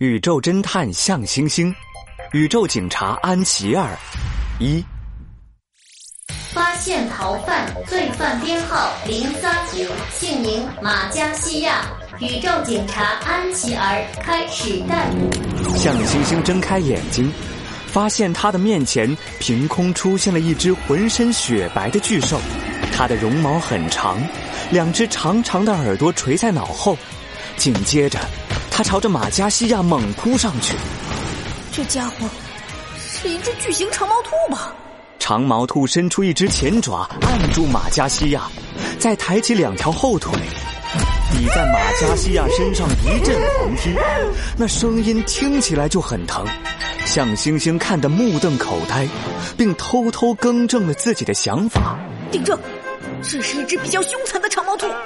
宇宙侦探向星星，宇宙警察安琪儿。一， 发现逃犯，罪犯编号035，姓名马加西亚，宇宙警察安琪儿开始逮捕。 向星星睁开眼睛，发现他的面前凭空出现了一只浑身雪白的巨兽，它的绒毛很长，两只长长的耳朵垂在脑后。紧接着他朝着马加西亚猛扑上去。 这家伙是一只巨型长毛兔吧？ 长毛兔伸出一只前爪按住马加西亚，再抬起两条后腿，抵在马加西亚身上一阵狂踢，那声音听起来就很疼。向星星看得目瞪口呆，并偷偷更正了自己的想法。 订正，这是一只比较凶残的长毛兔。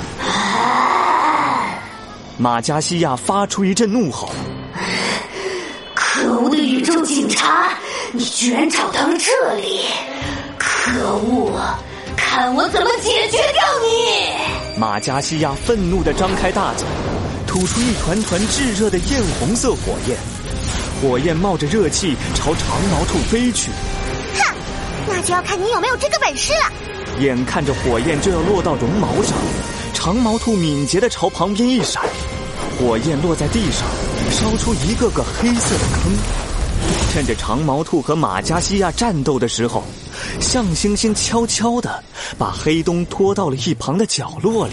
马加西亚发出一阵怒吼。 可恶的宇宙警察，你居然找到了这里！可恶，看我怎么解决掉你！ 马加西亚愤怒地张开大嘴，吐出一团团炙热的艳红色火焰，火焰冒着热气朝长毛兔飞去。 哼，那就要看你有没有这个本事了。 眼看着火焰就要落到绒毛上，长毛兔敏捷地朝旁边一闪，火焰落在地上，烧出一个个黑色的坑。趁着长毛兔和马加西亚战斗的时候，向星星悄悄地把黑洞拖到了一旁的角落里。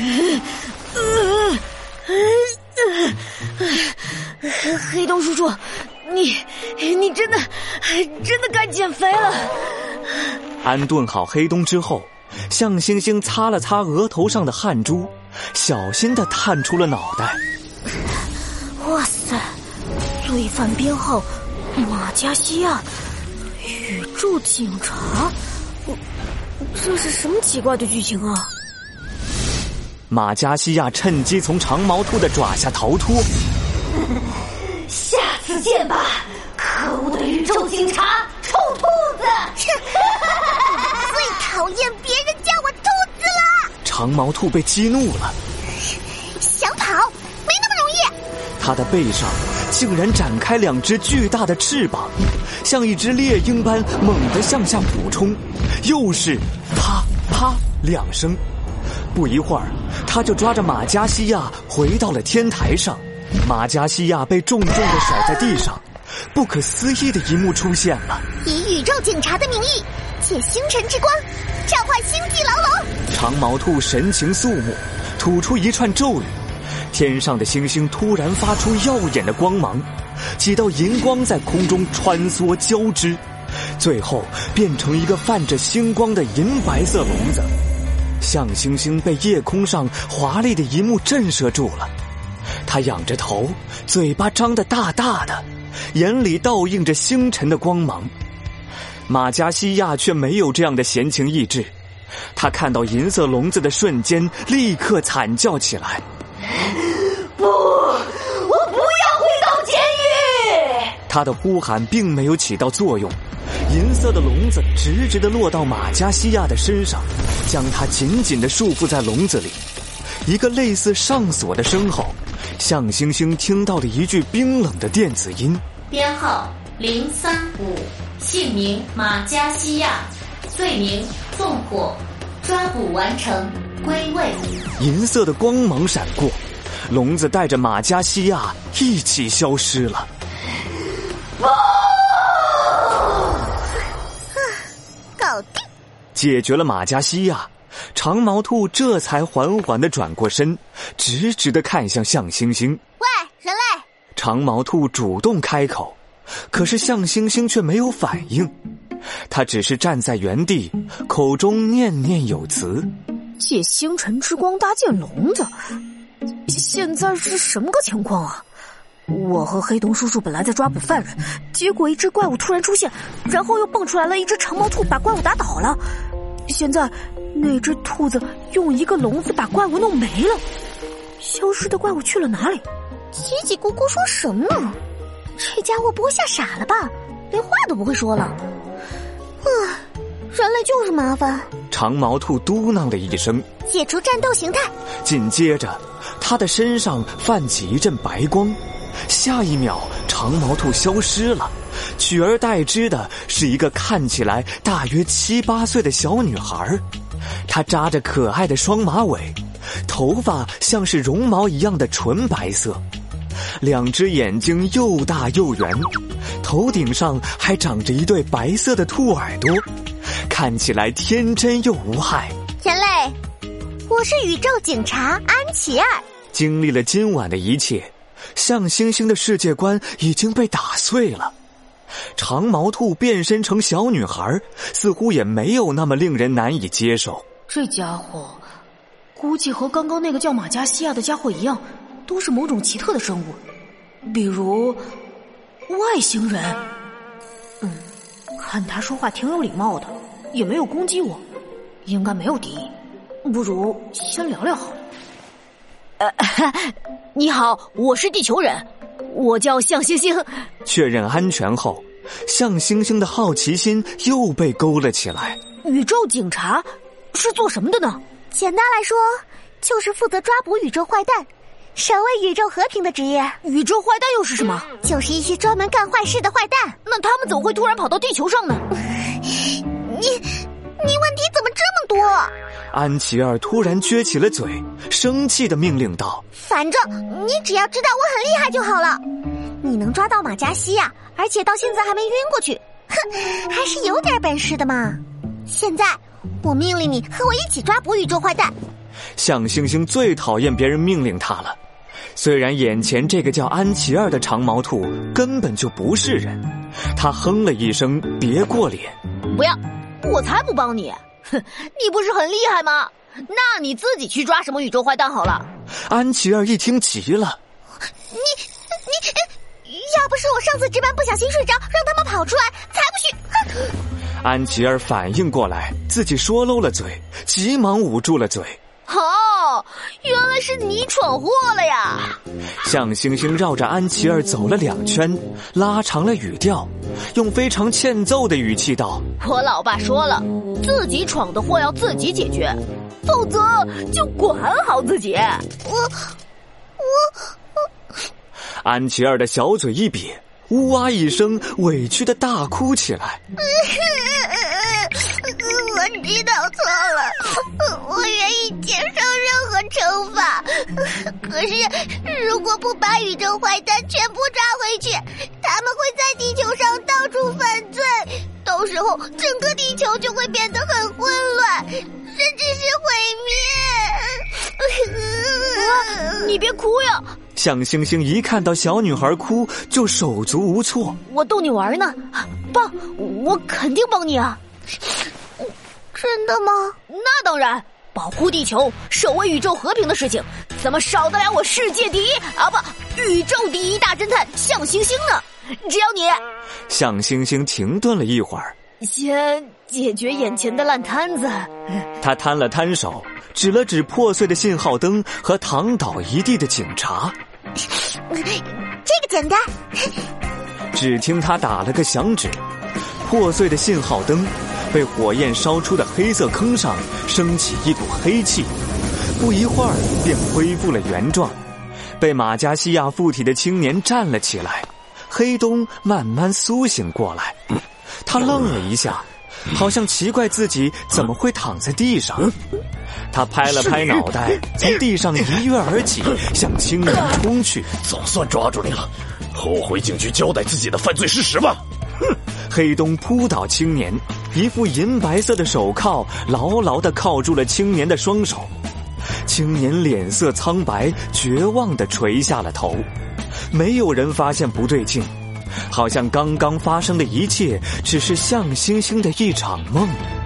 黑洞叔叔，你真的该减肥了。 安顿好黑洞之后，向星星擦了擦额头上的汗珠，小心地探出了脑袋。 哇塞，罪犯编号马加西亚，宇宙警察，这是什么奇怪的剧情啊？ 马加西亚趁机从长毛兔的爪下逃脱。 下次见吧，可恶的宇宙警察，臭兔子！ 最讨厌别人叫我兔子了。 长毛兔被激怒了， 想跑没那么容易。 它的背上竟然展开两只巨大的翅膀，像一只猎鹰般猛地向下俯冲，又是啪啪两声。不一会儿，他就抓着马加西亚回到了天台上。马加西亚被重重地甩在地上，不可思议的一幕出现了。 以宇宙警察的名义，借星辰之光召唤星际牢笼。 长毛兔神情肃穆，吐出一串咒语，天上的星星突然发出耀眼的光芒，几道银光在空中穿梭交织，最后变成一个泛着星光的银白色笼子。向星星被夜空上华丽的一幕震慑住了，他仰着头，嘴巴张得大大的，眼里倒映着星辰的光芒。马加西亚却没有这样的闲情逸致，他看到银色笼子的瞬间立刻惨叫起来。 不，我不要回到监狱！ 他的呼喊并没有起到作用，银色的笼子直直地落到马加西亚的身上，将他紧紧地束缚在笼子里。一个类似上锁的声后，向星星听到了一句冰冷的电子音。 编号035，姓名马加西亚，罪名纵火，抓捕完成，归位。 银色的光芒闪过，笼子带着马加西亚一起消失了。 搞定！ 解决了马加西亚，长毛兔这才缓缓地转过身，直直地看向向星星。 喂，人类！ 长毛兔主动开口，可是向星星却没有反应，他只是站在原地，口中念念有词。 借星辰之光搭建笼子，现在是什么个情况啊？我和黑洞叔叔本来在抓捕犯人，结果一只怪物突然出现，然后又蹦出来了一只长毛兔，把怪物打倒了。现在那只兔子用一个笼子把怪物弄没了，消失的怪物去了哪里？ 叽叽咕咕说什么呢？这家伙不会吓傻了吧？连话都不会说了。人类就是麻烦。 长毛兔嘟囔了一声， 解除战斗形态。 紧接着他的身上泛起一阵白光， 下一秒长毛兔消失了，取而代之的是一个看起来大约7、8岁的小女孩。她扎着可爱的双马尾，头发像是绒毛一样的纯白色，两只眼睛又大又圆，头顶上还长着一对白色的兔耳朵，看起来天真又无害。 人类，我是宇宙警察安琪儿。 经历了今晚的一切，象星星的世界观已经被打碎了。长毛兔变身成小女孩，似乎也没有那么令人难以接受。 这家伙估计和刚刚那个叫马加西亚的家伙一样，都是某种奇特的生物，比如外星人。看他说话挺有礼貌的，也没有攻击我，应该没有敌意，不如先聊聊好了。你好，我是地球人，我叫象星星。 确认安全后，象星星的好奇心又被勾了起来。 宇宙警察是做什么的呢？ 简单来说，就是负责抓捕宇宙坏蛋，守卫宇宙和平的职业。 宇宙坏蛋又是什么？ 就是一些专门干坏事的坏蛋。 那他们怎么会突然跑到地球上呢？ 你问题怎么这么多？ 安琪儿突然撅起了嘴，生气地命令道： 反正你只要知道我很厉害就好了。你能抓到马加西亚，而且到现在还没晕过去，哼，还是有点本事的嘛。现在我命令你和我一起抓捕宇宙坏蛋。 象星星最讨厌别人命令他了，虽然眼前这个叫安琪儿的长毛兔根本就不是人。他哼了一声，别过脸。 不要，我才不帮你。哼，你不是很厉害吗？那你自己去抓什么宇宙坏蛋好了。 安琪儿一听急了， 你要不是我上次值班不小心睡着，让他们跑出来，才不许。 安琪儿反应过来自己说漏了嘴，急忙捂住了嘴。 哦，原来是你闯祸了呀！ 象星星绕着安琪儿走了2圈，拉长了语调，用非常欠揍的语气道： 我老爸说了，自己闯的祸要自己解决，否则就管好自己。 我安琪儿的小嘴一瘪，呜哇一声委屈的大哭起来。 我知道错了，我愿意接受任何惩罚。可是如果不把宇宙坏蛋全部抓回去，他们会在地球上到处犯罪，到时候整个地球就会变得很混乱，甚至是毁灭。 你别哭呀！ 象星星一看到小女孩哭就手足无措。 我逗你玩呢，帮，我肯定帮你啊。 真的吗？ 那当然，保护地球、守卫宇宙和平的事情，怎么少得了我世界第一啊不，宇宙第一大侦探象星星呢？只要你。 象星星停顿了一会儿， 先解决眼前的烂摊子。 他摊了摊手，指了指破碎的信号灯和躺倒一地的警察。 这个简单。 只听他打了个响指，破碎的信号灯被火焰烧出的黑色坑上升起一股黑气，不一会儿便恢复了原状。被马加西亚附体的青年站了起来，黑洞慢慢苏醒过来。他愣了一下，好像奇怪自己怎么会躺在地上。他拍了拍脑袋，从地上一跃而起，向青年冲去。 总算抓住你了，和我回警局交代自己的犯罪事实吧。 黑洞扑倒青年，一副银白色的手铐牢牢地铐住了青年的双手。青年脸色苍白，绝望地垂下了头。没有人发现不对劲，好像刚刚发生的一切只是象星星的一场梦。